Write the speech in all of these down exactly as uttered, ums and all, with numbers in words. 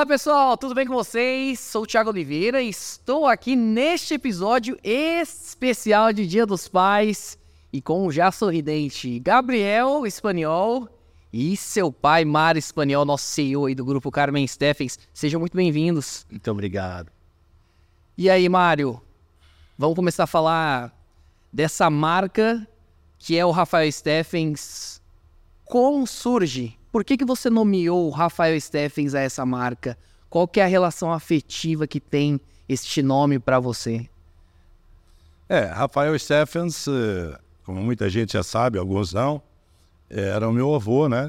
Fala pessoal, tudo bem com vocês? Sou o Thiago Oliveira e estou aqui neste episódio especial de Dia dos Pais e com o já sorridente Gabriel Espanhol e seu pai Mário Espanhol, nosso C E O aí do grupo Carmen Steffens. Sejam muito bem-vindos. Muito obrigado. E aí, Mário, vamos começar a falar dessa marca que é o Rafael Steffens. Como surge? Por que que você nomeou o Rafael Steffens a essa marca? Qual que é a relação afetiva que tem este nome para você? É, Rafael Steffens, como muita gente já sabe, alguns não, era o meu avô, né?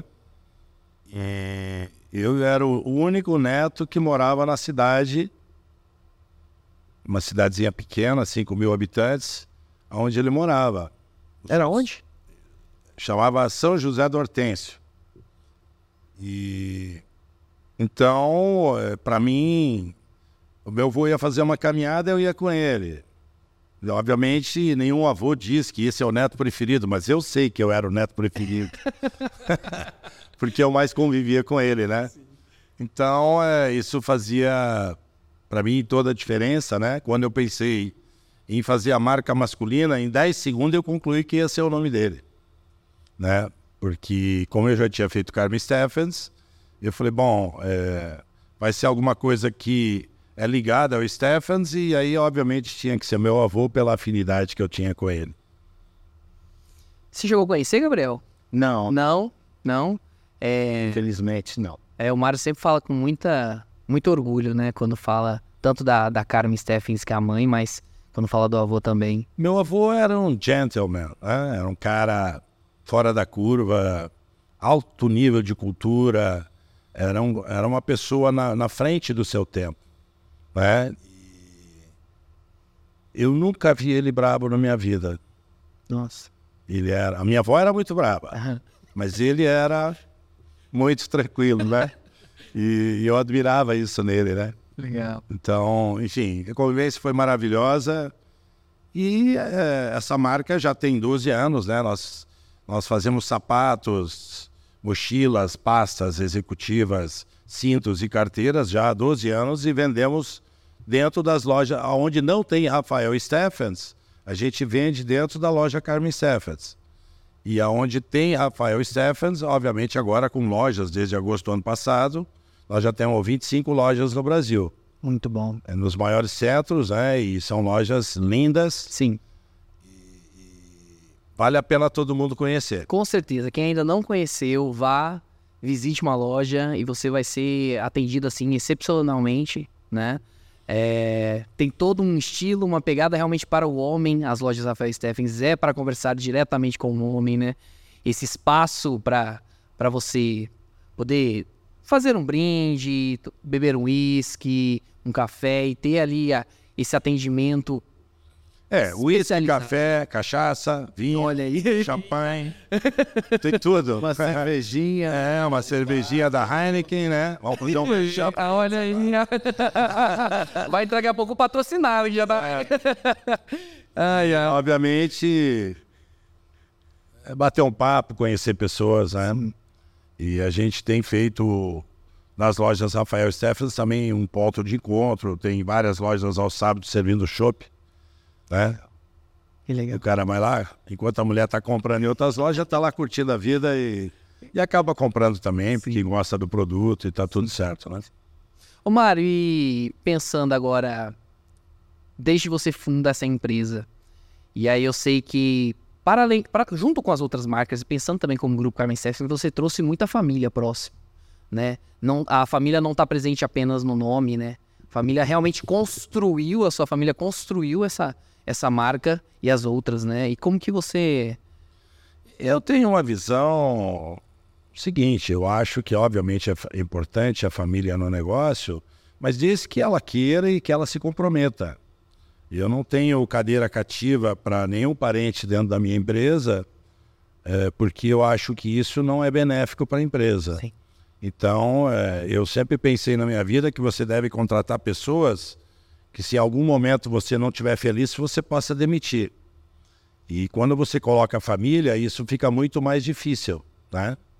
E eu era o único neto que morava na cidade, uma cidadezinha pequena, cinco mil habitantes, onde ele morava. Era onde? Chamava São José do Hortêncio. E então, para mim, o meu avô ia fazer uma caminhada, eu ia com ele. Obviamente, nenhum avô diz que esse é o neto preferido, mas eu sei que eu era o neto preferido. Porque eu mais convivia com ele, né? Sim. Então, é, isso fazia, para mim, toda a diferença, né? Quando eu pensei em fazer a marca masculina, em dez segundos eu concluí que ia ser o nome dele, né? Porque, como eu já tinha feito Carmen Steffens, eu falei, bom, é, vai ser alguma coisa que é ligada ao Steffens, e aí, obviamente, tinha que ser meu avô pela afinidade que eu tinha com ele. Você chegou a conhecer, Gabriel? Não. Não? Não? É... Infelizmente, não. É, o Mário sempre fala com muita, muito orgulho, né? Quando fala tanto da, da Carmen Steffens, que é a mãe, mas quando fala do avô também. Meu avô era um gentleman, né? Era um cara fora da curva, alto nível de cultura, era, um, era uma pessoa na, na frente do seu tempo, né? E eu nunca vi ele brabo na minha vida. Nossa. Ele era, a minha avó era muito braba, uhum. Mas ele era muito tranquilo, né? E, e eu admirava isso nele, né? Legal. Então, enfim, a convivência foi maravilhosa e é, essa marca já tem doze anos, né? Nós Nós fazemos sapatos, mochilas, pastas executivas, cintos e carteiras já há doze anos e vendemos dentro das lojas onde não tem Rafael Steffens, a gente vende dentro da loja Carmen Steffens. E aonde tem Rafael Steffens, obviamente agora com lojas desde agosto do ano passado, nós já temos vinte e cinco lojas no Brasil. Muito bom. É nos maiores centros, né? E são lojas lindas. Sim. Vale a pena todo mundo conhecer. Com certeza. Quem ainda não conheceu, vá, visite uma loja e você vai ser atendido assim excepcionalmente, né? É, tem todo um estilo, uma pegada realmente para o homem. As lojas Rafael Steffens é para conversar diretamente com o homem, né? Esse espaço para para você poder fazer um brinde, beber um uísque, um café e ter ali a, esse atendimento. É, uísque, café, cachaça, vinho, olha aí, champanhe, tem tudo. Uma cervejinha. É, uma cervejinha da Heineken, né? Vamos fazer um champanhe. Olha aí. Vai daqui a pouco patrocinar. Já dá... é. Ai, ai. Obviamente, é bater um papo, conhecer pessoas, né? Sim. E a gente tem feito nas lojas Rafael Steffens também um ponto de encontro. Tem várias lojas aos sábados servindo chopp. Né? Que legal. O cara vai lá, enquanto a mulher está comprando em outras lojas, está lá curtindo a vida e, e acaba comprando também, sim, porque gosta do produto e está tudo certo, né? Ô Mário, e pensando agora, desde você funda essa empresa, e aí eu sei que, para além, para, junto com as outras marcas, e pensando também como Grupo Carmen Steffens, você trouxe muita família próxima, né? Não, a família não está presente apenas no nome, né? A família realmente construiu, a sua família construiu essa... essa marca e as outras, né? E como que você... Eu tenho uma visão seguinte, eu acho que obviamente é importante a família no negócio, mas desde que ela queira e que ela se comprometa. Eu não tenho cadeira cativa para nenhum parente dentro da minha empresa, é, porque eu acho que isso não é benéfico para a empresa. Sim. Então, é, eu sempre pensei na minha vida que você deve contratar pessoas que se em algum momento você não estiver feliz, você possa demitir. E quando você coloca a família, isso fica muito mais difícil, né?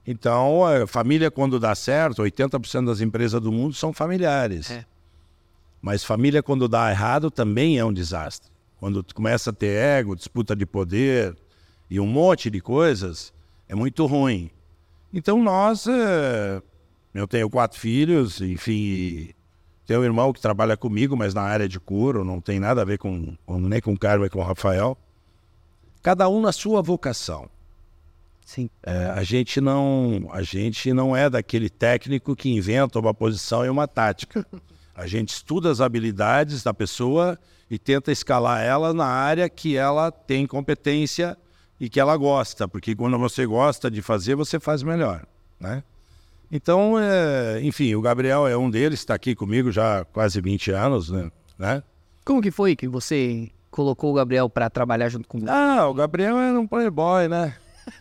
Então, a família, quando dá certo, oitenta por cento das empresas do mundo são familiares. É. Mas família, quando dá errado, também é um desastre. Quando tu começa a ter ego, disputa de poder e um monte de coisas, é muito ruim. Então, nós... É... Eu tenho quatro filhos, enfim... Tenho um irmão que trabalha comigo, mas na área de couro, não tem nada a ver com, com nem com o Carlos, nem com o Rafael. Cada um na sua vocação. Sim. É, a, gente não, a gente não é daquele técnico que inventa uma posição e uma tática. A gente estuda as habilidades da pessoa e tenta escalar ela na área que ela tem competência e que ela gosta, porque quando você gosta de fazer, você faz melhor, né? Então, é, enfim, o Gabriel é um deles, está aqui comigo já há quase vinte anos, né? Como que foi que você colocou o Gabriel para trabalhar junto com você? Ah, o Gabriel era um playboy, né?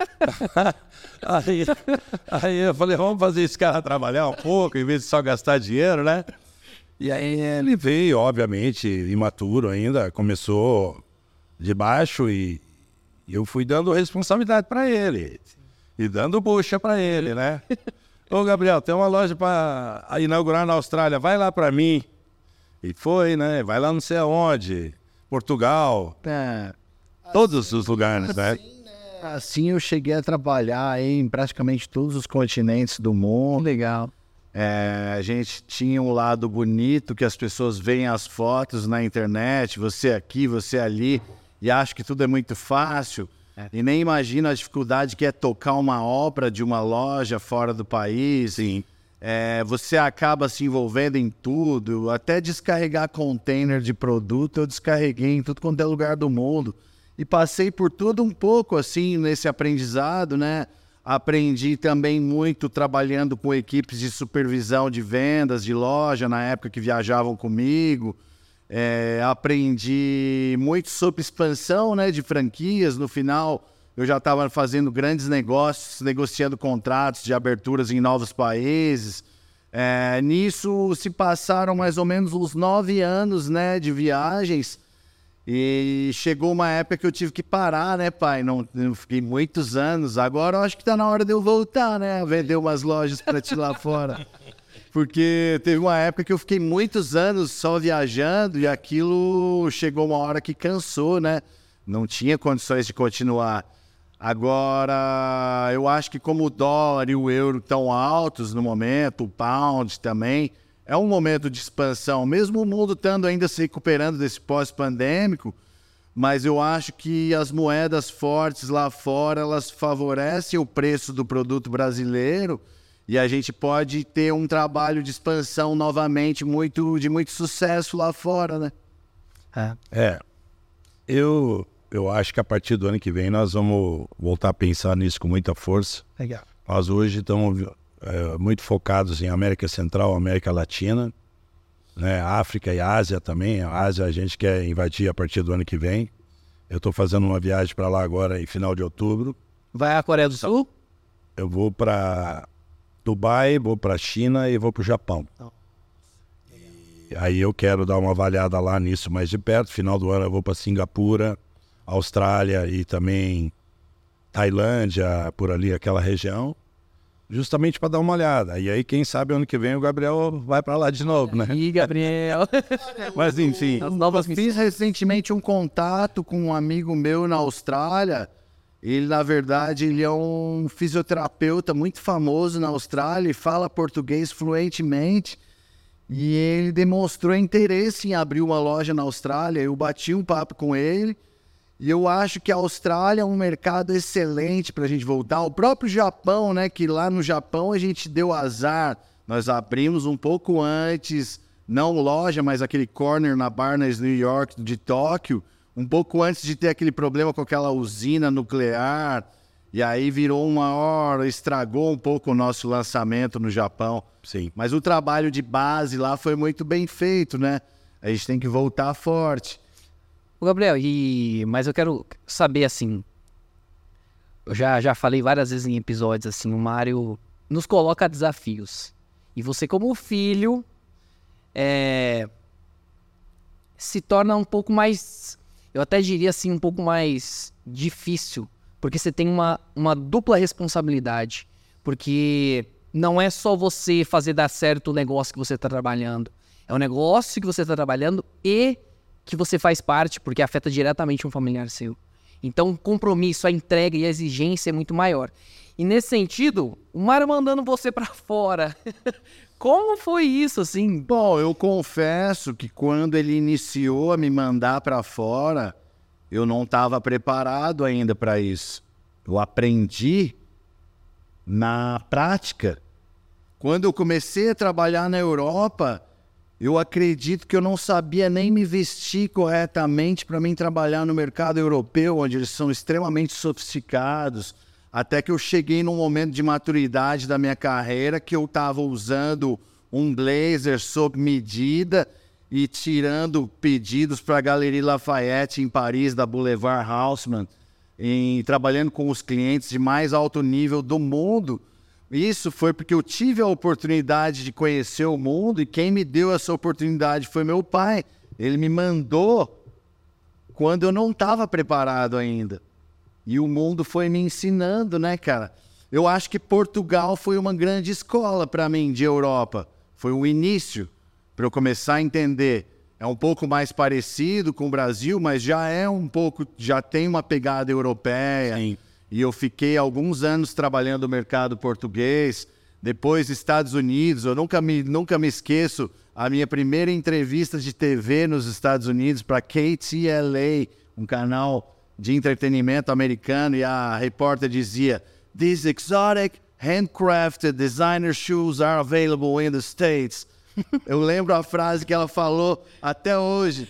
aí, aí eu falei, vamos fazer esse cara trabalhar um pouco, em vez de só gastar dinheiro, né? E aí ele veio, obviamente, imaturo ainda, começou de baixo e eu fui dando responsabilidade para ele. E dando bucha para ele, né? Ô, Gabriel, tem uma loja para inaugurar na Austrália, vai lá para mim. E foi, né? Vai lá não sei aonde, Portugal, É, todos os lugares, né? assim eu cheguei a trabalhar em praticamente todos os continentes do mundo. Legal. É, a gente tinha um lado bonito que as pessoas veem as fotos na internet, você aqui, você ali, e acham que tudo é muito fácil. É. E nem imagina a dificuldade que é tocar uma obra de uma loja fora do país. Sim. É, você acaba se envolvendo em tudo, até descarregar container de produto, eu descarreguei em tudo quanto é lugar do mundo. E passei por tudo um pouco assim nesse aprendizado, né? Aprendi também muito trabalhando com equipes de supervisão de vendas, de loja, na época que viajavam comigo. É, aprendi muito sobre expansão, né, de franquias. No final, eu já estava fazendo grandes negócios, negociando contratos de aberturas em novos países. É, nisso se passaram mais ou menos uns nove anos, né, de viagens. E chegou uma época que eu tive que parar, né, pai? Não, não fiquei muitos anos. Agora eu acho que está na hora de eu voltar, né, a vender umas lojas para ti lá fora. Porque teve uma época que eu fiquei muitos anos só viajando e aquilo chegou uma hora que cansou, né? Não tinha condições de continuar. Agora, eu acho que como o dólar e o euro estão altos no momento, o pound também, é um momento de expansão. Mesmo o mundo estando ainda se recuperando desse pós-pandêmico, mas eu acho que as moedas fortes lá fora, elas favorecem o preço do produto brasileiro. E a gente pode ter um trabalho de expansão novamente muito, de muito sucesso lá fora, né? É. É, eu, eu acho que a partir do ano que vem nós vamos voltar a pensar nisso com muita força. Legal. Nós hoje estamos é, muito focados em América Central, América Latina, né? África e Ásia também. A Ásia a gente quer invadir a partir do ano que vem. Eu estou fazendo uma viagem para lá agora em final de outubro. Vai à Coreia do Sul? Eu vou para Dubai, vou para a China e vou para o Japão. Oh. E aí eu quero dar uma avaliada lá nisso mais de perto. Final do ano eu vou para Singapura, Austrália e também Tailândia, por ali, aquela região, justamente para dar uma olhada. E aí, quem sabe, ano que vem o Gabriel vai para lá de novo, né? Ih, Gabriel. Mas enfim. As novas Eu fiz recentemente um contato com um amigo meu na Austrália. Ele, na verdade, ele é um fisioterapeuta muito famoso na Austrália e fala português fluentemente. E ele demonstrou interesse em abrir uma loja na Austrália. Eu bati um papo com ele. E eu acho que a Austrália é um mercado excelente para a gente voltar. O próprio Japão, né? Que lá no Japão a gente deu azar. Nós abrimos um pouco antes, não loja, mas aquele corner na Barnes, New York, de Tóquio. Um pouco antes de ter aquele problema com aquela usina nuclear, e aí virou uma hora, estragou um pouco o nosso lançamento no Japão. Sim. Mas o trabalho de base lá foi muito bem feito, né? A gente tem que voltar forte. Ô, Gabriel, e... mas eu quero saber, assim, eu já, já falei várias vezes em episódios, assim, o Mário nos coloca desafios. E você, como filho, é... se torna um pouco mais... eu até diria assim, um pouco mais difícil, porque você tem uma, uma dupla responsabilidade. Porque não é só você fazer dar certo o negócio que você está trabalhando. É um negócio que você está trabalhando e que você faz parte, porque afeta diretamente um familiar seu. Então, o compromisso, a entrega e a exigência é muito maior. E nesse sentido, o Mário mandando você para fora. Como foi isso, assim? Bom, eu confesso que quando ele iniciou a me mandar para fora, eu não estava preparado ainda para isso. Eu aprendi na prática. Quando eu comecei a trabalhar na Europa, eu acredito que eu não sabia nem me vestir corretamente para mim trabalhar no mercado europeu, onde eles são extremamente sofisticados. Até que eu cheguei num momento de maturidade da minha carreira que eu estava usando um blazer sob medida e tirando pedidos para a Galerie Lafayette em Paris, da Boulevard Haussmann, e trabalhando com os clientes de mais alto nível do mundo. Isso foi porque eu tive a oportunidade de conhecer o mundo e quem me deu essa oportunidade foi meu pai. Ele me mandou quando eu não estava preparado ainda. E o mundo foi me ensinando, né, cara? Eu acho que Portugal foi uma grande escola para mim de Europa. Foi o início para eu começar a entender. É um pouco mais parecido com o Brasil, mas já é um pouco, já tem uma pegada europeia. Sim. E eu fiquei alguns anos trabalhando no mercado português, depois Estados Unidos. Eu nunca me, nunca me esqueço a minha primeira entrevista de T V nos Estados Unidos para K T L A, um canal de entretenimento americano, e a repórter dizia: "These exotic, handcrafted designer shoes are available in the States." Eu lembro a frase que ela falou até hoje.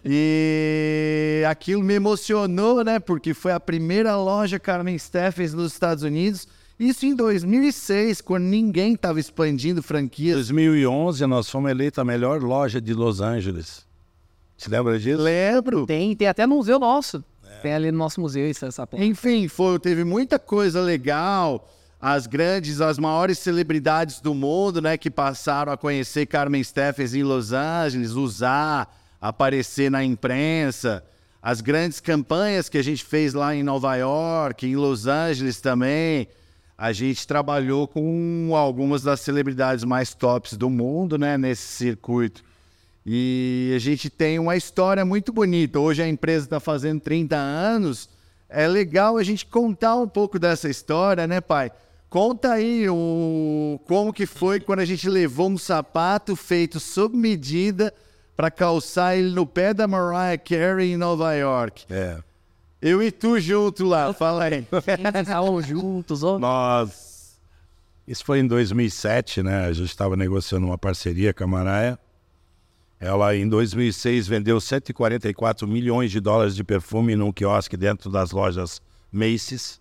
E aquilo me emocionou, né? Porque foi a primeira loja Carmen Steffens nos Estados Unidos. Isso em dois mil e seis, quando ninguém estava expandindo Em franquias. dois mil e onze, nós fomos eleitos a melhor loja de Los Angeles. Você lembra disso? Lembro. Tem, tem até no museu nosso. É. Tem ali no nosso museu isso, essa placa. Enfim, foi, teve muita coisa legal. As grandes, as maiores celebridades do mundo, né, que passaram a conhecer Carmen Steffens em Los Angeles, usar, aparecer na imprensa. As grandes campanhas que a gente fez lá em Nova York, em Los Angeles também. A gente trabalhou com algumas das celebridades mais tops do mundo, né, nesse circuito. E a gente tem uma história muito bonita. Hoje a empresa está fazendo trinta anos. É legal a gente contar um pouco dessa história, né, pai? Conta aí o... como que foi quando a gente levou um sapato feito sob medida para calçar ele no pé da Mariah Carey em Nova York. É. Eu e tu junto lá, fala aí. Estavam juntos, ó. Nós... Isso foi em dois mil e sete, né? A gente estava negociando uma parceria com a Mariah. Ela, em dois mil e seis, vendeu cento e quarenta e quatro milhões de dólares de perfume num quiosque dentro das lojas Macy's.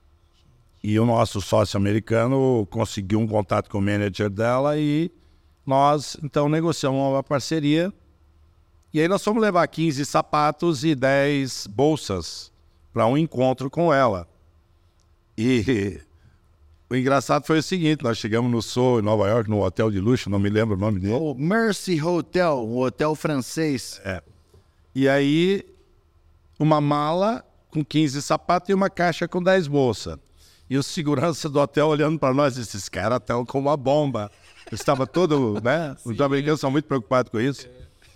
E o nosso sócio americano conseguiu um contato com o manager dela e nós, então, negociamos uma parceria. E aí nós fomos levar quinze sapatos e dez bolsas para um encontro com ela. E o engraçado foi o seguinte: nós chegamos no Soho, em Nova York, num hotel de luxo, não me lembro o nome dele. O Mercy Hotel, um hotel francês. É. E aí, uma mala com quinze sapatos e uma caixa com dez bolsas. E o segurança do hotel olhando para nós, esses caras estão com uma bomba. Estava todo, né? Os americanos são muito preocupados com isso.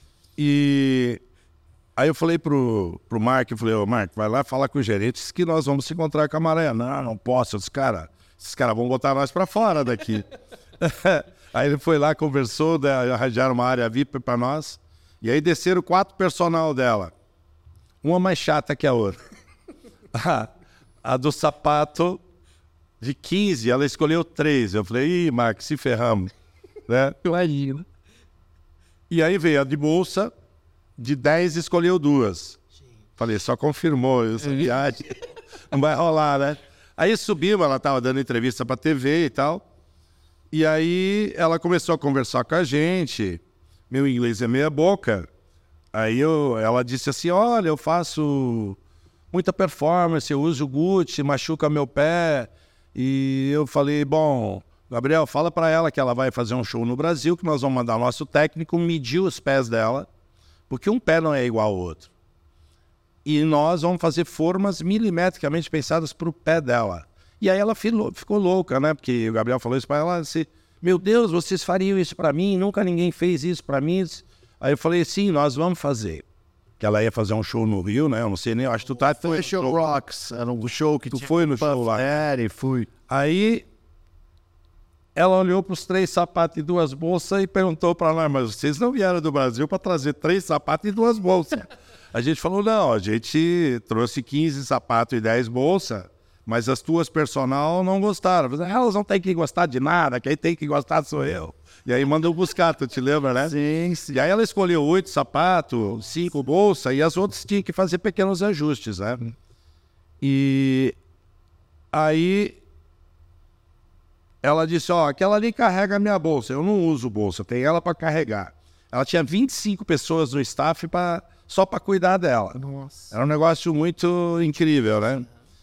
E aí eu falei pro, pro Mark, eu falei: ô Mark, vai lá falar com o gerente, disse que nós vamos se encontrar com a Mariah. Não, não posso, os caras, esses caras vão botar nós para fora daqui. Aí ele foi lá, conversou, né, arranjaram uma área V I P para nós. E aí desceram quatro personal dela. Uma mais chata que a outra. a, a do sapato de quinze, ela escolheu três. Eu falei: ih, Mark, se ferramos. Né? Imagina. E aí veio a de bolsa, de dez escolheu duas. Falei: só confirmou essa viagem. Não vai rolar, né? Aí subimos, ela estava dando entrevista para a T V e tal. E aí ela começou a conversar com a gente. Meu inglês é meia boca. Aí eu, ela disse assim: olha, eu faço muita performance, eu uso Gucci, machuca meu pé. E eu falei: bom, Gabriel, fala para ela que ela vai fazer um show no Brasil, que nós vamos mandar nosso técnico medir os pés dela, porque um pé não é igual ao outro. E nós vamos fazer formas milimetricamente pensadas para o pé dela. E aí ela ficou, ficou louca, né? Porque o Gabriel falou isso para ela, assim, meu Deus, vocês fariam isso para mim? Nunca ninguém fez isso para mim. Aí eu falei, sim, nós vamos fazer. Que ela ia fazer um show no Rio, né? Eu não sei nem, eu acho que tu tá... Foi show show. Rocks, era um show que tu tinha... foi no show lá? É, fui. Aí ela olhou para os três sapatos e duas bolsas e perguntou para nós, mas vocês não vieram do Brasil para trazer três sapatos e duas bolsas? A gente falou, não, a gente trouxe quinze sapatos e dez bolsas, mas as tuas personal não gostaram. Elas não têm que gostar de nada, quem tem que gostar sou eu. E aí mandou buscar, tu te lembra, né? Sim, sim. E aí ela escolheu oito sapatos, cinco bolsas, e as outras tinham que fazer pequenos ajustes, né? E aí ela disse, ó, aquela ali carrega a minha bolsa. Eu não uso bolsa, tem ela para carregar. Ela tinha vinte e cinco pessoas no staff pra, só para cuidar dela. Nossa. Era um negócio muito incrível, né?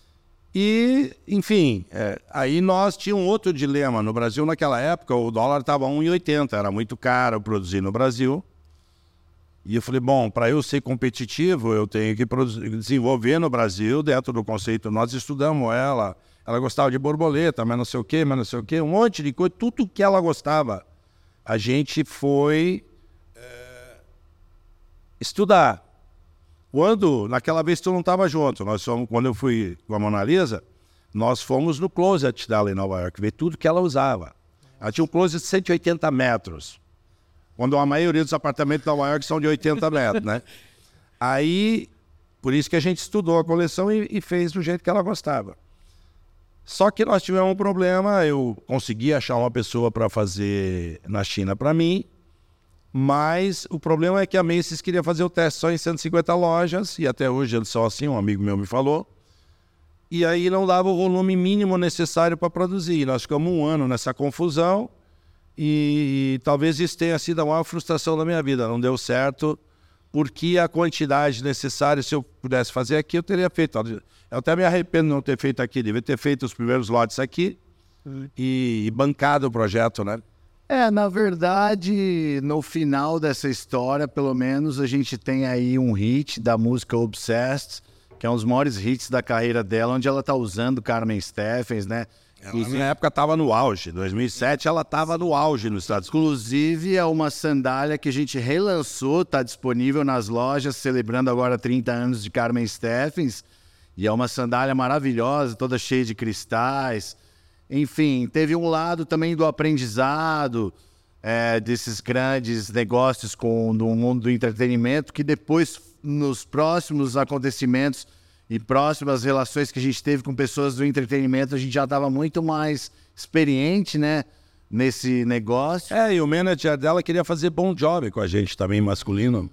E, enfim, é, aí nós tínhamos outro dilema. No Brasil, naquela época, o dólar estava um e oitenta, era muito caro produzir no Brasil. E eu falei, bom, para eu ser competitivo, eu tenho que produzir, desenvolver no Brasil, dentro do conceito. Nós estudamos ela, ela gostava de borboleta, mas não sei o quê, mas não sei o quê, um monte de coisa, tudo que ela gostava. A gente foi é, estudar. Quando, naquela vez tu não estava junto, nós fomos, quando eu fui com a Mona Lisa, nós fomos no closet dela em Nova York, ver tudo que ela usava. Ela tinha um closet de cento e oitenta metros, quando a maioria dos apartamentos de Nova York são de oitenta metros, né? Aí, por isso que a gente estudou a coleção e, e fez do jeito que ela gostava. Só que nós tivemos um problema, eu consegui achar uma pessoa para fazer na China para mim, mas o problema é que a Macy's queria fazer o teste só em cento e cinquenta lojas, e até hoje eles são assim, um amigo meu me falou, e aí não dava o volume mínimo necessário para produzir. Nós ficamos um ano nessa confusão, e, e talvez isso tenha sido a maior frustração da minha vida. Não deu certo, porque a quantidade necessária, se eu pudesse fazer aqui, eu teria feito. Eu até me arrependo de não ter feito aqui, devia ter feito os primeiros lotes aqui, uhum. e, e bancado o projeto, né? É, na verdade, no final dessa história, pelo menos, a gente tem aí um hit da música Obsessed, que é um dos maiores hits da carreira dela, onde ela tá usando Carmen Steffens, né? Ela, na época estava no auge, em dois mil e sete ela estava no auge nos Estados Unidos. Inclusive, é uma sandália que a gente relançou, tá disponível nas lojas, celebrando agora trinta anos de Carmen Steffens, e é uma sandália maravilhosa, toda cheia de cristais. Enfim, teve um lado também do aprendizado, é, desses grandes negócios com, no mundo do entretenimento, que depois, nos próximos acontecimentos e próximas relações que a gente teve com pessoas do entretenimento, a gente já estava muito mais experiente, né, nesse negócio. É, e o manager dela queria fazer Bon Jovi com a gente também, masculino.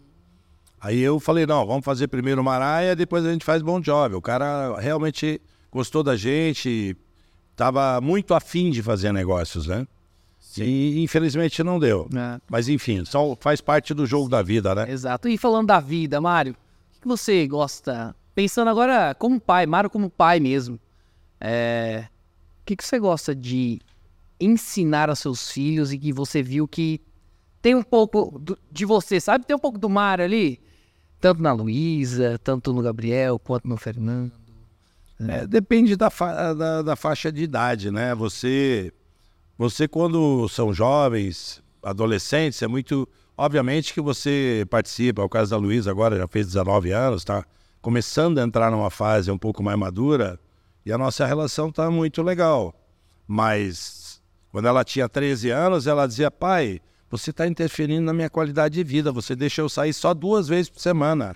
Aí eu falei, não, vamos fazer primeiro Mariah, depois a gente faz Bon Jovi. O cara realmente gostou da gente, estava muito afim de fazer negócios, né? Sim. E infelizmente não deu. É. Mas enfim, só faz parte do jogo da vida, né? Exato. E falando da vida, Mário, o que você gosta? Pensando agora como pai, Mário como pai mesmo. É... O que você gosta de ensinar aos seus filhos e que você viu que tem um pouco do, de você, sabe? Tem um pouco do Mário ali, tanto na Luísa, tanto no Gabriel, quanto no Fernando. É, depende da, fa da, da faixa de idade, né? Você, você, quando são jovens, adolescentes, é muito... Obviamente que você participa, é o caso da Luísa agora, já fez dezenove anos, tá começando a entrar numa fase um pouco mais madura, e a nossa relação tá muito legal. Mas, quando ela tinha treze anos, ela dizia, pai, você está interferindo na minha qualidade de vida, você deixa eu sair só duas vezes por semana.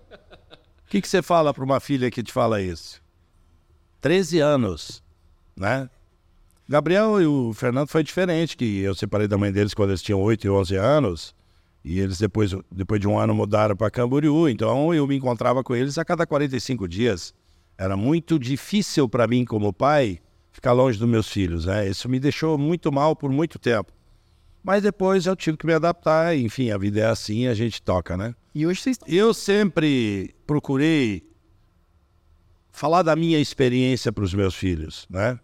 O que, que você fala para uma filha que te fala isso? treze anos, né? Gabriel e o Fernando foi diferente, que eu separei da mãe deles quando eles tinham oito e onze anos, e eles depois, depois de um ano mudaram para Camboriú, então eu me encontrava com eles a cada quarenta e cinco dias. Era muito difícil para mim como pai ficar longe dos meus filhos, né? Isso me deixou muito mal por muito tempo. Mas depois eu tive que me adaptar, enfim, a vida é assim, a gente toca, né? E hoje vocês... Eu sempre procurei falar da minha experiência para os meus filhos, né?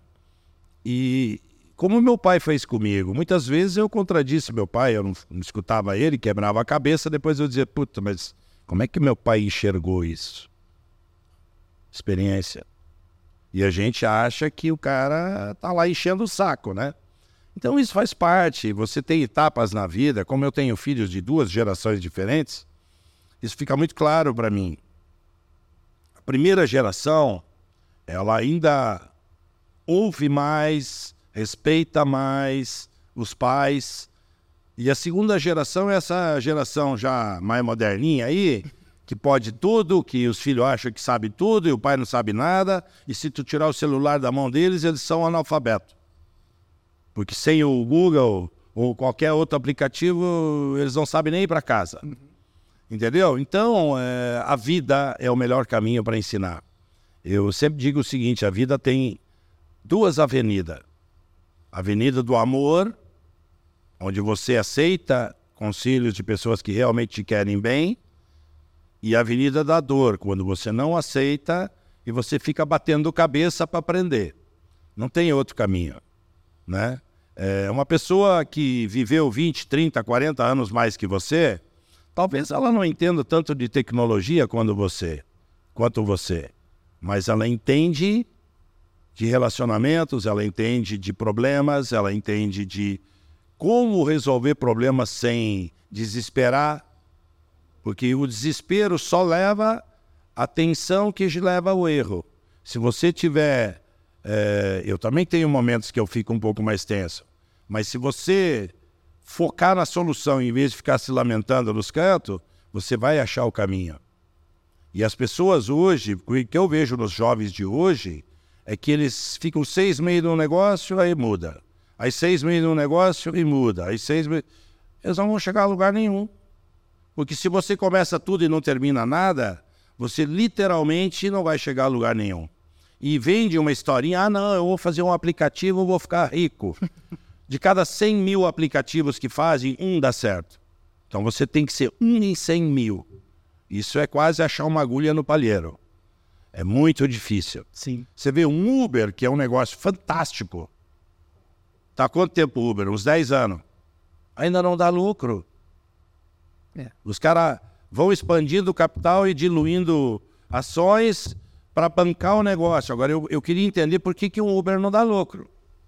E como meu pai fez comigo, muitas vezes eu contradisse meu pai, eu não, não escutava ele, quebrava a cabeça, depois eu dizia, puta, mas como é que meu pai enxergou isso? Experiência. E a gente acha que o cara tá lá enchendo o saco, né? Então isso faz parte. Você tem etapas na vida, como eu tenho filhos de duas gerações diferentes, isso fica muito claro para mim. A primeira geração, ela ainda ouve mais, respeita mais os pais. E a segunda geração é essa geração já mais moderninha aí, que pode tudo, que os filhos acham que sabe tudo e o pai não sabe nada. E se tu tirar o celular da mão deles, eles são analfabetos. Porque sem o Google ou qualquer outro aplicativo, eles não sabem nem ir para casa. Uhum. Entendeu? Então, é, a vida é o melhor caminho para ensinar. Eu sempre digo o seguinte, a vida tem duas avenidas. A avenida do amor, onde você aceita conselhos de pessoas que realmente te querem bem, e a avenida da dor, quando você não aceita e você fica batendo cabeça para aprender. Não tem outro caminho, né? É uma pessoa que viveu vinte, trinta, quarenta anos mais que você, talvez ela não entenda tanto de tecnologia quanto você, quanto você, mas ela entende de relacionamentos, ela entende de problemas, ela entende de como resolver problemas sem desesperar, porque o desespero só leva a tensão que leva ao erro. Se você tiver... É, eu também tenho momentos que eu fico um pouco mais tenso, mas se você focar na solução em vez de ficar se lamentando nos cantos, você vai achar o caminho. E as pessoas hoje, o que eu vejo nos jovens de hoje, é que eles ficam seis meses num negócio, aí muda. Aí seis meses num negócio e muda. Aí seis meses... Eles não vão chegar a lugar nenhum. Porque se você começa tudo e não termina nada, você literalmente não vai chegar a lugar nenhum. E vende uma historinha, ah não, eu vou fazer um aplicativo, eu vou ficar rico. De cada cem mil aplicativos que fazem, um dá certo. Então você tem que ser um em cem mil. Isso é quase achar uma agulha no palheiro. É muito difícil. Sim. Você vê um Uber, que é um negócio fantástico. Tá há quanto tempo o Uber? Uns dez anos. Ainda não dá lucro. É. Os caras vão expandindo o capital e diluindo ações para bancar o negócio. Agora, eu, eu queria entender por que, que um Uber não dá lucro.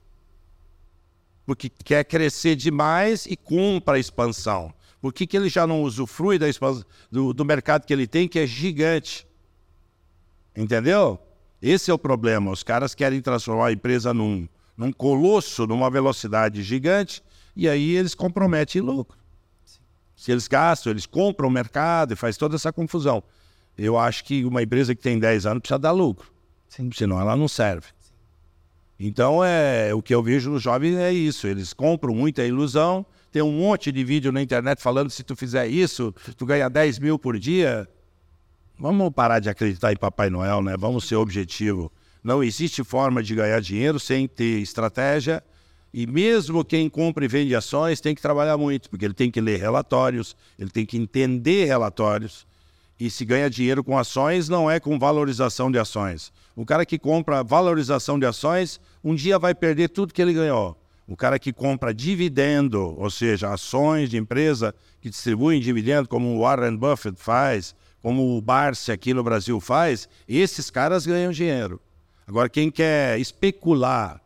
Porque quer crescer demais e compra a expansão. Por que, que ele já não usufrui da expansão, do, do mercado que ele tem, que é gigante? Entendeu? Esse é o problema. Os caras querem transformar a empresa num, num colosso, numa velocidade gigante, e aí eles comprometem o lucro. Sim. Se eles gastam, eles compram o mercado e faz toda essa confusão. Eu acho que uma empresa que tem dez anos precisa dar lucro. Sim. Senão ela não serve. Sim. Então, é, o que eu vejo nos jovens é isso. Eles compram muita ilusão. Tem um monte de vídeo na internet falando que se tu fizer isso, tu ganha dez mil por dia. Vamos parar de acreditar em Papai Noel, né? Vamos ser objetivo. Não existe forma de ganhar dinheiro sem ter estratégia. E mesmo quem compra e vende ações tem que trabalhar muito, porque ele tem que ler relatórios, ele tem que entender relatórios. E se ganha dinheiro com ações, não é com valorização de ações. O cara que compra valorização de ações, um dia vai perder tudo que ele ganhou. O cara que compra dividendo, ou seja, ações de empresa que distribuem dividendo, como o Warren Buffett faz, como o Barsi aqui no Brasil faz, esses caras ganham dinheiro. Agora, quem quer especular,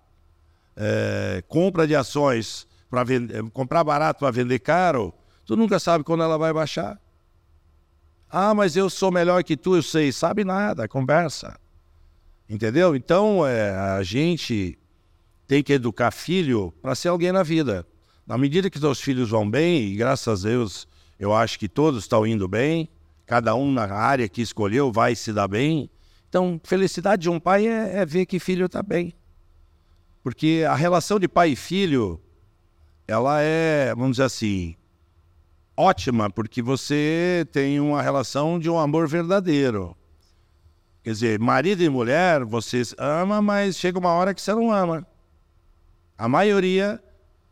é, compra de ações, para comprar barato para vender caro, tu nunca sabe quando ela vai baixar. Ah, mas eu sou melhor que tu, eu sei. Sabe nada, conversa. Entendeu? Então, é, a gente tem que educar filho para ser alguém na vida. Na medida que seus filhos vão bem, e graças a Deus eu acho que todos estão indo bem, cada um na área que escolheu vai se dar bem. Então, felicidade de um pai é, é ver que filho está bem. Porque a relação de pai e filho, ela é, vamos dizer assim, ótima, porque você tem uma relação de um amor verdadeiro. Quer dizer, marido e mulher, você ama, mas chega uma hora que você não ama. A maioria,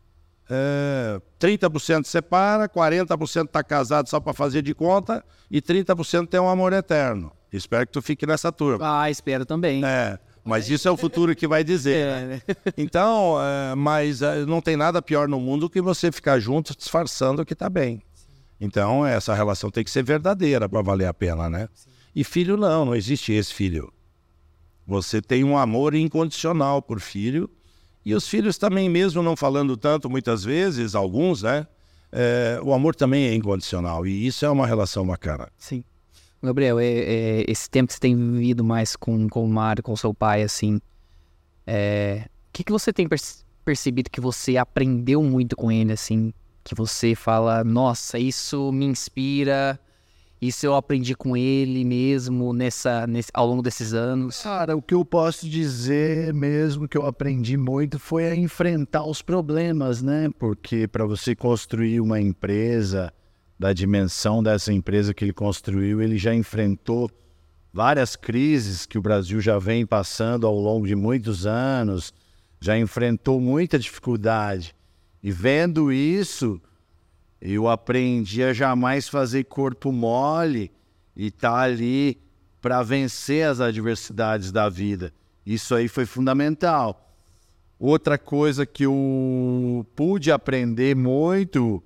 é, trinta por cento separa, quarenta por cento está casado só para fazer de conta e trinta por cento tem um amor eterno. Espero que tu fique nessa turma. Ah, espero também. É, mas isso é o futuro que vai dizer. É, né? Então, é, mas é, não tem nada pior no mundo que você ficar junto disfarçando que está bem. Então, essa relação tem que ser verdadeira para valer a pena, né? Sim. E filho não, não existe esse filho. Você tem um amor incondicional por filho. E os filhos também, mesmo não falando tanto muitas vezes, alguns, né? É, o amor também é incondicional. E isso é uma relação bacana. Sim. Gabriel, é, é, esse tempo que você tem vivido mais com, com o Mário, com o seu pai, assim, é, o que, que você tem perce- percebido que você aprendeu muito com ele, assim, que você fala, nossa, isso me inspira, isso eu aprendi com ele mesmo nessa, nesse, ao longo desses anos? Cara, o que eu posso dizer mesmo que eu aprendi muito foi a enfrentar os problemas, né? Porque para você construir uma empresa da dimensão dessa empresa que ele construiu, ele já enfrentou várias crises que o Brasil já vem passando ao longo de muitos anos, já enfrentou muita dificuldade. E vendo isso, eu aprendi a jamais fazer corpo mole e estar tá ali para vencer as adversidades da vida. Isso aí foi fundamental. Outra coisa que eu pude aprender muito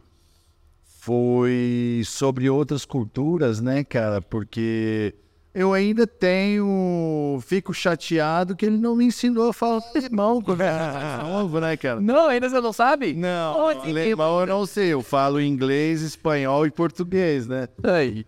foi sobre outras culturas, né, cara? Porque eu ainda tenho... Fico chateado que ele não me ensinou a falar alemão quando era novo, né, cara? Não, ainda você não sabe? Não, alemão eu não sei. Eu falo inglês, espanhol e português, né? Aí.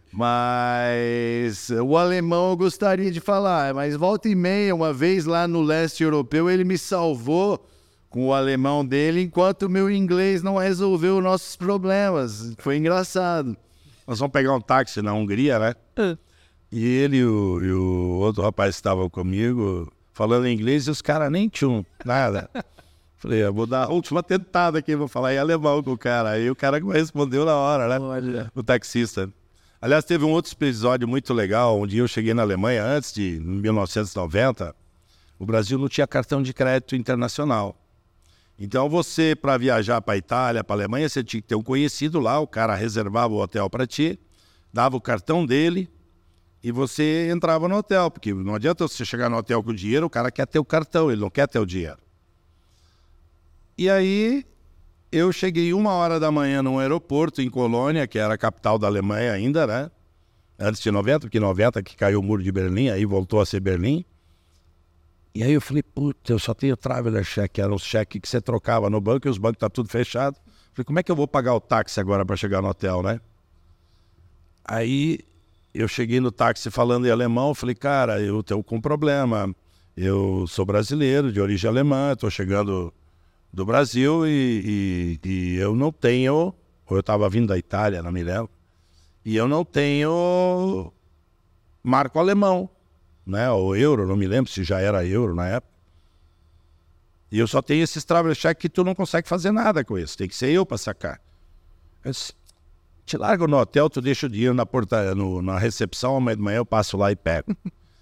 Mas o alemão eu gostaria de falar. Mas volta e meia, uma vez lá no leste europeu, ele me salvou com o alemão dele, enquanto o meu inglês não resolveu nossos problemas. Foi engraçado. Nós vamos pegar um táxi na Hungria, né? Uh. E ele e o, e o outro rapaz que estavam comigo falando inglês e os caras nem tinham nada. Falei, eu vou dar a última tentada aqui, vou falar em alemão com o cara. Aí o cara respondeu na hora, né? Olha. O taxista. Aliás, teve um outro episódio muito legal. Um dia eu cheguei na Alemanha, antes de mil novecentos e noventa, o Brasil não tinha cartão de crédito internacional. Então você, para viajar para a Itália, para a Alemanha, você tinha que ter um conhecido lá, o cara reservava o hotel para ti, dava o cartão dele e você entrava no hotel, porque não adianta você chegar no hotel com dinheiro, o cara quer ter o cartão, ele não quer ter o dinheiro. E aí eu cheguei uma hora da manhã num aeroporto em Colônia, que era a capital da Alemanha ainda, né? Antes de noventa, porque em noventa que caiu o muro de Berlim, aí voltou a ser Berlim. E aí eu falei, putz, eu só tenho traveler check, era um cheque que você trocava no banco e os bancos tá tudo fechado. Falei, como é que eu vou pagar o táxi agora para chegar no hotel, né? Aí eu cheguei no táxi falando em alemão, falei, cara, eu tô com um problema, eu sou brasileiro, de origem alemã, estou chegando do Brasil e, e, e eu não tenho, ou eu estava vindo da Itália, não me lembro, e eu não tenho marco alemão. Né, ou euro, não me lembro se já era euro na época. E eu só tenho esses travel check que tu não consegue fazer nada com isso. Tem que ser eu para sacar. Eu disse, te largo no hotel, tu deixa o dinheiro na, porta, no, na recepção, amanhã de manhã eu passo lá e pego.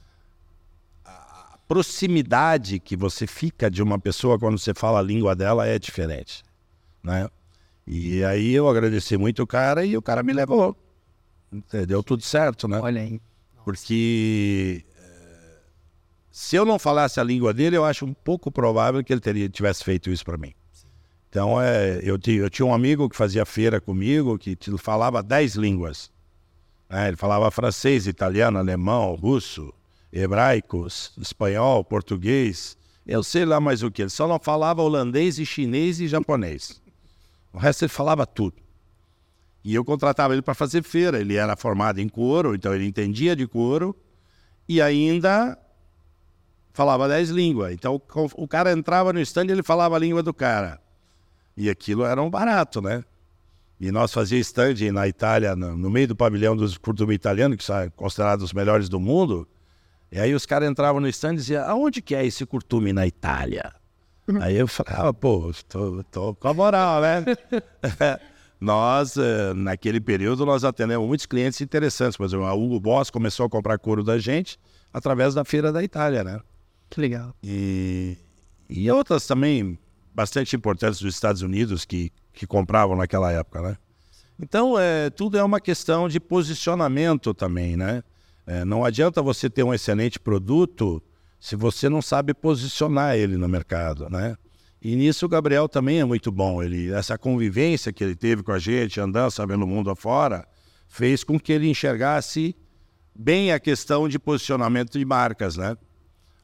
A proximidade que você fica de uma pessoa quando você fala a língua dela é diferente. Né? E aí eu agradeci muito o cara e o cara me levou. Deu tudo certo, né? Olha aí. Porque se eu não falasse a língua dele, eu acho um pouco provável que ele teria, tivesse feito isso para mim. Então, é, eu, eu tinha um amigo que fazia feira comigo, que falava dez línguas. É, ele falava francês, italiano, alemão, russo, hebraico, espanhol, português. Eu sei lá mais o que. Ele só não falava holandês e chinês e japonês. O resto ele falava tudo. E eu contratava ele para fazer feira. Ele era formado em couro, então ele entendia de couro. E ainda falava dez línguas. Então o cara entrava no stand e ele falava a língua do cara. E aquilo era um barato, né? E nós fazíamos stand na Itália, no, no meio do pavilhão dos curtumes italianos, que são considerados os melhores do mundo. E aí os caras entravam no stand e diziam, aonde que é esse curtume na Itália? Aí eu falava, ah, pô, tô, tô com a moral, né? Nós, naquele período, nós atendemos muitos clientes interessantes. Por exemplo, a Hugo Boss começou a comprar couro da gente através da Feira da Itália, né? Que legal. E, e outras também bastante importantes dos Estados Unidos que, que compravam naquela época, né? Então, é, tudo é uma questão de posicionamento também, né? É, não adianta você ter um excelente produto se você não sabe posicionar ele no mercado, né? E nisso o Gabriel também é muito bom. Ele, essa convivência que ele teve com a gente, andando, sabendo o mundo afora, fez com que ele enxergasse bem a questão de posicionamento de marcas, né?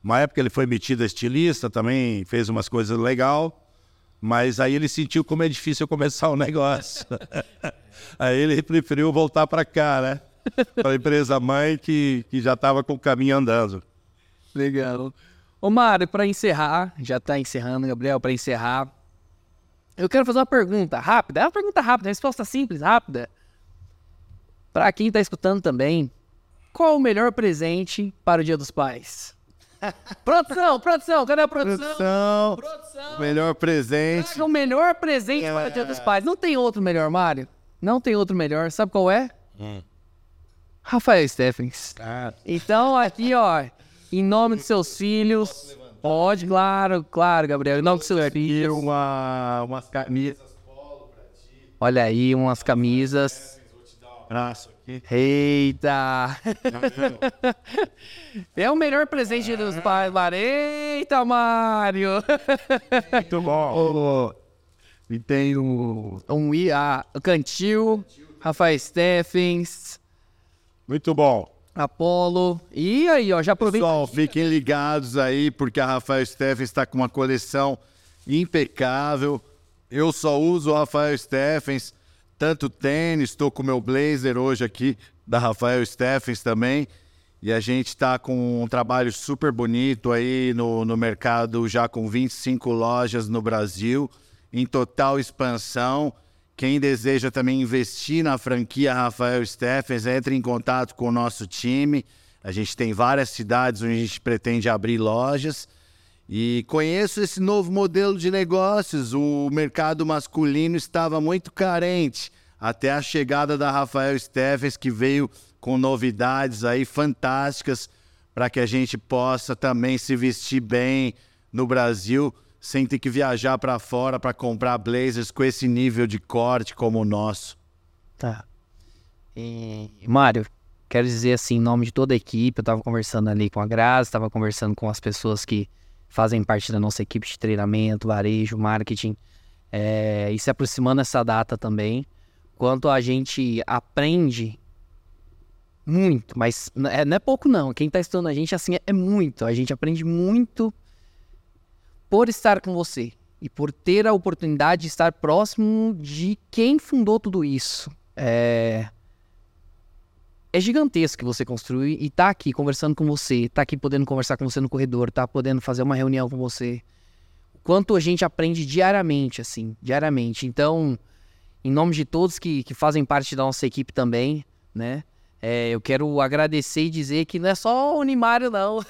Uma época ele foi metido a estilista, também fez umas coisas legais, mas aí ele sentiu como é difícil começar o negócio. Aí ele preferiu voltar para cá, né? Para a empresa mãe que, que já estava com o caminho andando. Legal. Ô Mário, para encerrar, já está encerrando, Gabriel, para encerrar, eu quero fazer uma pergunta rápida, é uma pergunta rápida, resposta simples, rápida. Para quem está escutando também, qual o melhor presente para o Dia dos Pais? Produção, produção, cadê a produção? Produção, Produção. melhor presente. Traga o melhor presente para o Dia dos Pais. Não tem outro melhor, Mário. Não tem outro melhor. Sabe qual é? Hum. Rafael Steffens. Ah. Então, aqui, ó, em nome dos seus filhos, pode, claro, claro, Gabriel, em nome dos seus filhos. Uma, umas camisas. Olha aí, umas camisas. Abraço aqui. Eita! É o melhor presente dos pais, Mário. Eita, Mário! Muito bom. E tem o... Um I A, o Cantil, Rafael Steffens, Muito bom. Apolo. E aí, ó, já aproveita. Pessoal, fiquem ligados aí, porque a Rafael Steffens está com uma coleção impecável. Eu só uso o Rafael Steffens, tanto tênis, estou com o meu blazer hoje aqui, da Rafael Steffens também. E a gente está com um trabalho super bonito aí no, no mercado, já com vinte e cinco lojas no Brasil, em total expansão. Quem deseja também investir na franquia Rafael Steffens, entre em contato com o nosso time. A gente tem várias cidades onde a gente pretende abrir lojas. E conheço esse novo modelo de negócios. O mercado masculino estava muito carente, até a chegada da Rafael Steffens, que veio com novidades aí fantásticas para que a gente possa também se vestir bem no Brasil, sem ter que viajar para fora para comprar blazers com esse nível de corte como o nosso. Tá. E, Mário, quero dizer assim, em nome de toda a equipe, eu estava conversando ali com a Grazi, estava conversando com as pessoas que fazem parte da nossa equipe de treinamento, varejo, marketing, é, e se aproximando essa data também, quanto a gente aprende muito, mas não é, não é pouco não, quem está estudando a gente assim é, é muito, a gente aprende muito por estar com você e por ter a oportunidade de estar próximo de quem fundou tudo isso. É, é gigantesco que você construi e tá aqui conversando com você, tá aqui podendo conversar com você no corredor, tá podendo fazer uma reunião com você. Quanto a gente aprende diariamente, assim, diariamente. Então, em nome de todos que, que fazem parte da nossa equipe também, né? É, eu quero agradecer e dizer que não é só o Nimário, não.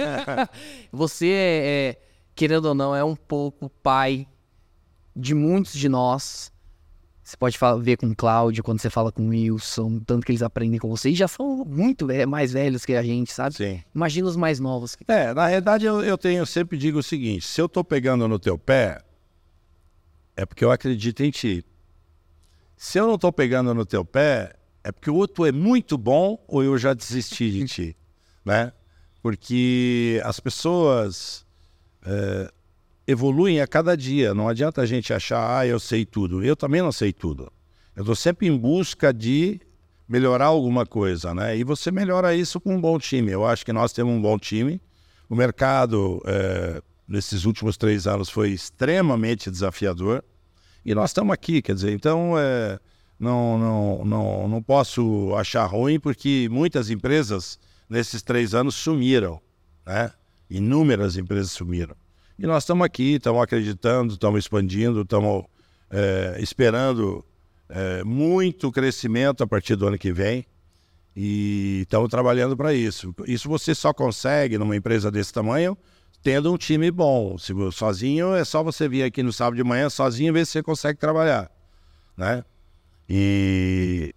Você é, é, querendo ou não, é um pouco pai de muitos de nós. Você pode falar, ver com o Cláudio, quando você fala com o Wilson, tanto que eles aprendem com você. E já são muito ve- mais velhos que a gente, sabe? Sim. Imagina os mais novos. É, na realidade eu, eu tenho, eu sempre digo o seguinte, se eu tô pegando no teu pé, é porque eu acredito em ti. Se eu não tô pegando no teu pé, é porque o outro é muito bom ou eu já desisti de ti, né? Porque as pessoas é, evoluem a cada dia. Não adianta a gente achar, ah, eu sei tudo. Eu também não sei tudo. Eu estou sempre em busca de melhorar alguma coisa, né? E você melhora isso com um bom time. Eu acho que nós temos um bom time. O mercado, é, nesses últimos três anos, foi extremamente desafiador. E nós estamos aqui, quer dizer, então... É, Não, não, não, não posso achar ruim, porque muitas empresas nesses três anos sumiram, né? Inúmeras empresas sumiram. E nós estamos aqui, estamos acreditando, estamos expandindo, estamos é, esperando é, muito crescimento a partir do ano que vem e estamos trabalhando para isso. Isso você só consegue numa empresa desse tamanho tendo um time bom. Se sozinho, é só você vir aqui no sábado de manhã sozinho e ver se você consegue trabalhar, né? E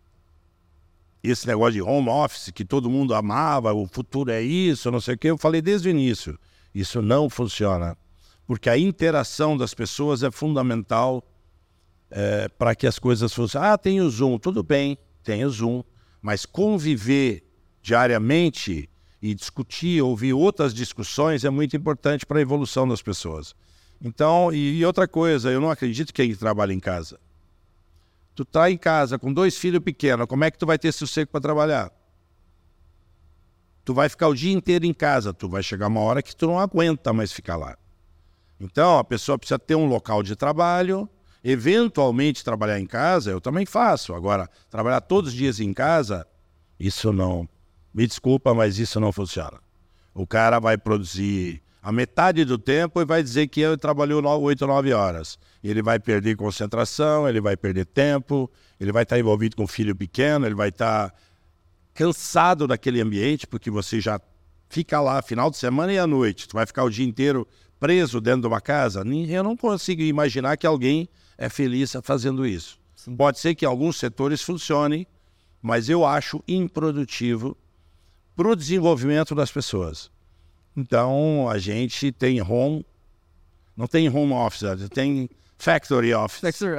esse negócio de home office que todo mundo amava, o futuro é isso, não sei o que, eu falei desde o início, isso não funciona, porque a interação das pessoas é fundamental é, para que as coisas funcionem. Ah, tem o Zoom, tudo bem, tem o Zoom, mas conviver diariamente e discutir, ouvir outras discussões é muito importante para a evolução das pessoas. Então, e, e outra coisa, eu não acredito que quem trabalha em casa. Tu tá em casa com dois filhos pequenos, como é que tu vai ter sossego para trabalhar? tu vai ficar o dia inteiro em casa, tu vai chegar uma hora que tu não aguenta mais ficar lá. Então, a pessoa precisa ter um local de trabalho, eventualmente trabalhar em casa, eu também faço. Agora, trabalhar todos os dias em casa, isso não... Me desculpa, mas isso não funciona. O cara vai produzir a metade do tempo e vai dizer que ele trabalhou oito, nove horas. Ele vai perder concentração, ele vai perder tempo, ele vai estar envolvido com um filho pequeno, ele vai estar cansado daquele ambiente, porque você já fica lá final de semana e à noite. Tu vai ficar o dia inteiro preso dentro de uma casa. Eu não consigo imaginar que alguém é feliz fazendo isso. Sim. Pode ser que em alguns setores funcione, mas eu acho improdutivo para o desenvolvimento das pessoas. Então, a gente tem home, não tem home office, tem factory office.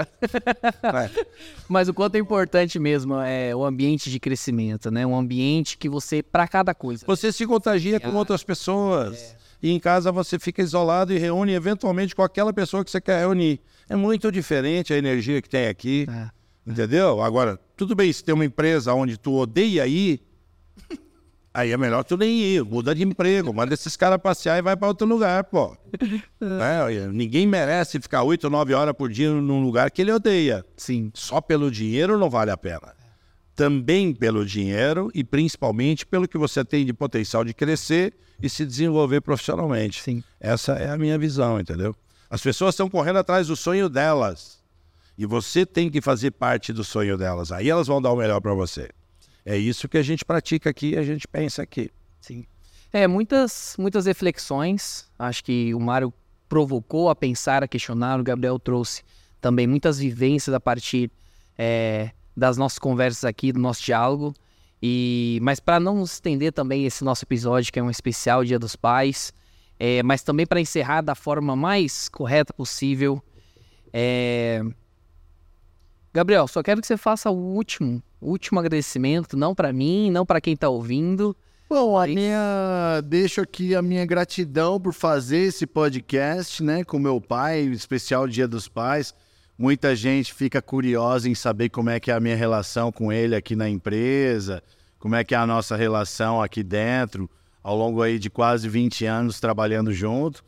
É. Mas o quanto é importante mesmo é o ambiente de crescimento, né? Um ambiente que você, para cada coisa. Você se contagia com outras pessoas. É. E em casa você fica isolado e reúne eventualmente com aquela pessoa que você quer reunir. É muito diferente a energia que tem aqui, é. Entendeu? Agora, tudo bem, se tem uma empresa onde tu odeia ir, aí é melhor tu nem ir, muda de emprego, manda esses caras passear e vai para outro lugar, pô. É, ninguém merece ficar oito, nove horas por dia num lugar que ele odeia. Sim. Só pelo dinheiro não vale a pena. Também pelo dinheiro e principalmente pelo que você tem de potencial de crescer e se desenvolver profissionalmente. Sim. Essa é a minha visão, entendeu? As pessoas estão correndo atrás do sonho delas e você tem que fazer parte do sonho delas. Aí elas vão dar o melhor para você. É isso que a gente pratica aqui, a gente pensa aqui. Sim. É, muitas, muitas reflexões, acho que o Mário provocou a pensar, a questionar, o Gabriel trouxe também muitas vivências a partir é, das nossas conversas aqui, do nosso diálogo. E, mas para não nos estender também esse nosso episódio, que é um especial Dia dos Pais, é, mas também para encerrar da forma mais correta possível, é... Gabriel, só quero que você faça o último, último agradecimento, não para mim, não para quem está ouvindo. Bom, a minha... deixo aqui a minha gratidão por fazer esse podcast, né, com meu pai, especial Dia dos Pais. Muita gente fica curiosa em saber como é que é a minha relação com ele aqui na empresa, como é que é a nossa relação aqui dentro, ao longo aí de quase vinte anos trabalhando junto.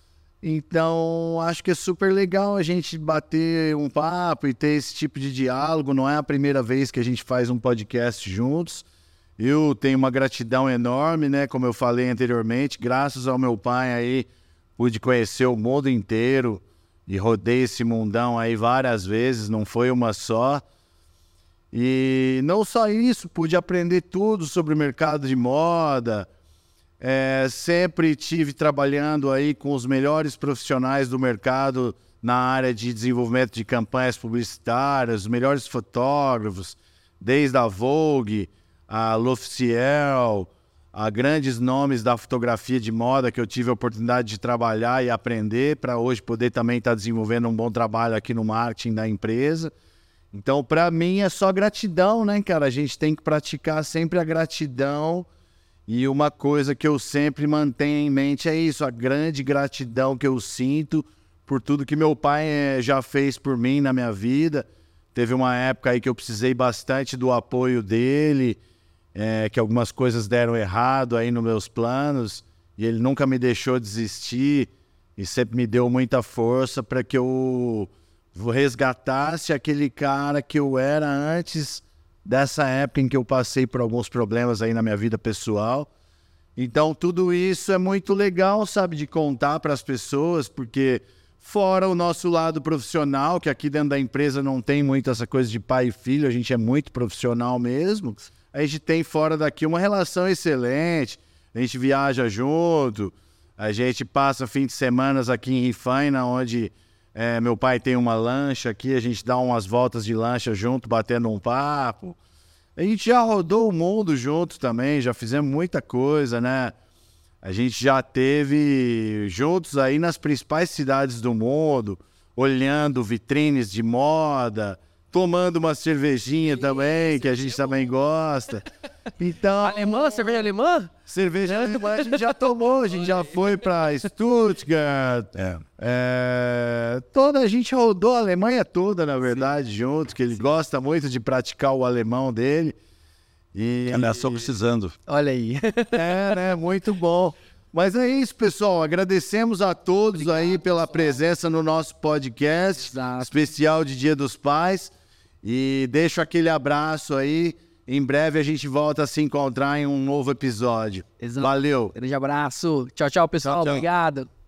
Então, acho que é super legal a gente bater um papo e ter esse tipo de diálogo. Não é a primeira vez que a gente faz um podcast juntos. Eu tenho uma gratidão enorme, né? Como eu falei anteriormente, graças ao meu pai aí, pude conhecer o mundo inteiro e rodei esse mundão aí várias vezes, não foi uma só. E não só isso, pude aprender tudo sobre o mercado de moda. É, sempre tive trabalhando aí com os melhores profissionais do mercado na área de desenvolvimento de campanhas publicitárias, os melhores fotógrafos, desde a Vogue, a L'Officiel, a grandes nomes da fotografia de moda que eu tive a oportunidade de trabalhar e aprender para hoje poder também estar desenvolvendo um bom trabalho aqui no marketing da empresa. Então, para mim, é só gratidão, né, cara? A gente tem que praticar sempre a gratidão. E uma coisa que eu sempre mantenho em mente é isso, a grande gratidão que eu sinto por tudo que meu pai é, já fez por mim na minha vida. Teve uma época aí que eu precisei bastante do apoio dele, é, que algumas coisas deram errado aí nos meus planos, e ele nunca me deixou desistir e sempre me deu muita força para que eu resgatasse aquele cara que eu era antes dessa época em que eu passei por alguns problemas aí na minha vida pessoal. Então, tudo isso é muito legal, sabe, de contar para as pessoas, porque fora o nosso lado profissional, que aqui dentro da empresa não tem muito essa coisa de pai e filho, a gente é muito profissional mesmo, a gente tem fora daqui uma relação excelente, a gente viaja junto, a gente passa fim de semana aqui em Rifaina, onde É, meu pai tem uma lancha aqui, a gente dá umas voltas de lancha junto, batendo um papo. A gente já rodou o mundo junto também, já fizemos muita coisa, né? A gente já teve juntos aí nas principais cidades do mundo, olhando vitrines de moda, tomando uma cervejinha também, que a gente também gosta. Então, alemã? Cerveja alemã? Cerveja alemã a gente já tomou, a gente já foi para Stuttgart. É. É, toda, a gente rodou a Alemanha toda, na verdade, junto, que ele gosta muito de praticar o alemão dele. E Aliás, estou precisando. Olha aí. é, né? Muito bom. Mas é isso, pessoal. Agradecemos a todos Obrigado, aí pela pessoal. presença no nosso podcast Exato. especial de Dia dos Pais. E deixo aquele abraço aí. Em breve a gente volta a se encontrar em um novo episódio. Exato. Valeu. Grande abraço. Tchau, tchau, pessoal. Tchau, tchau. Obrigado.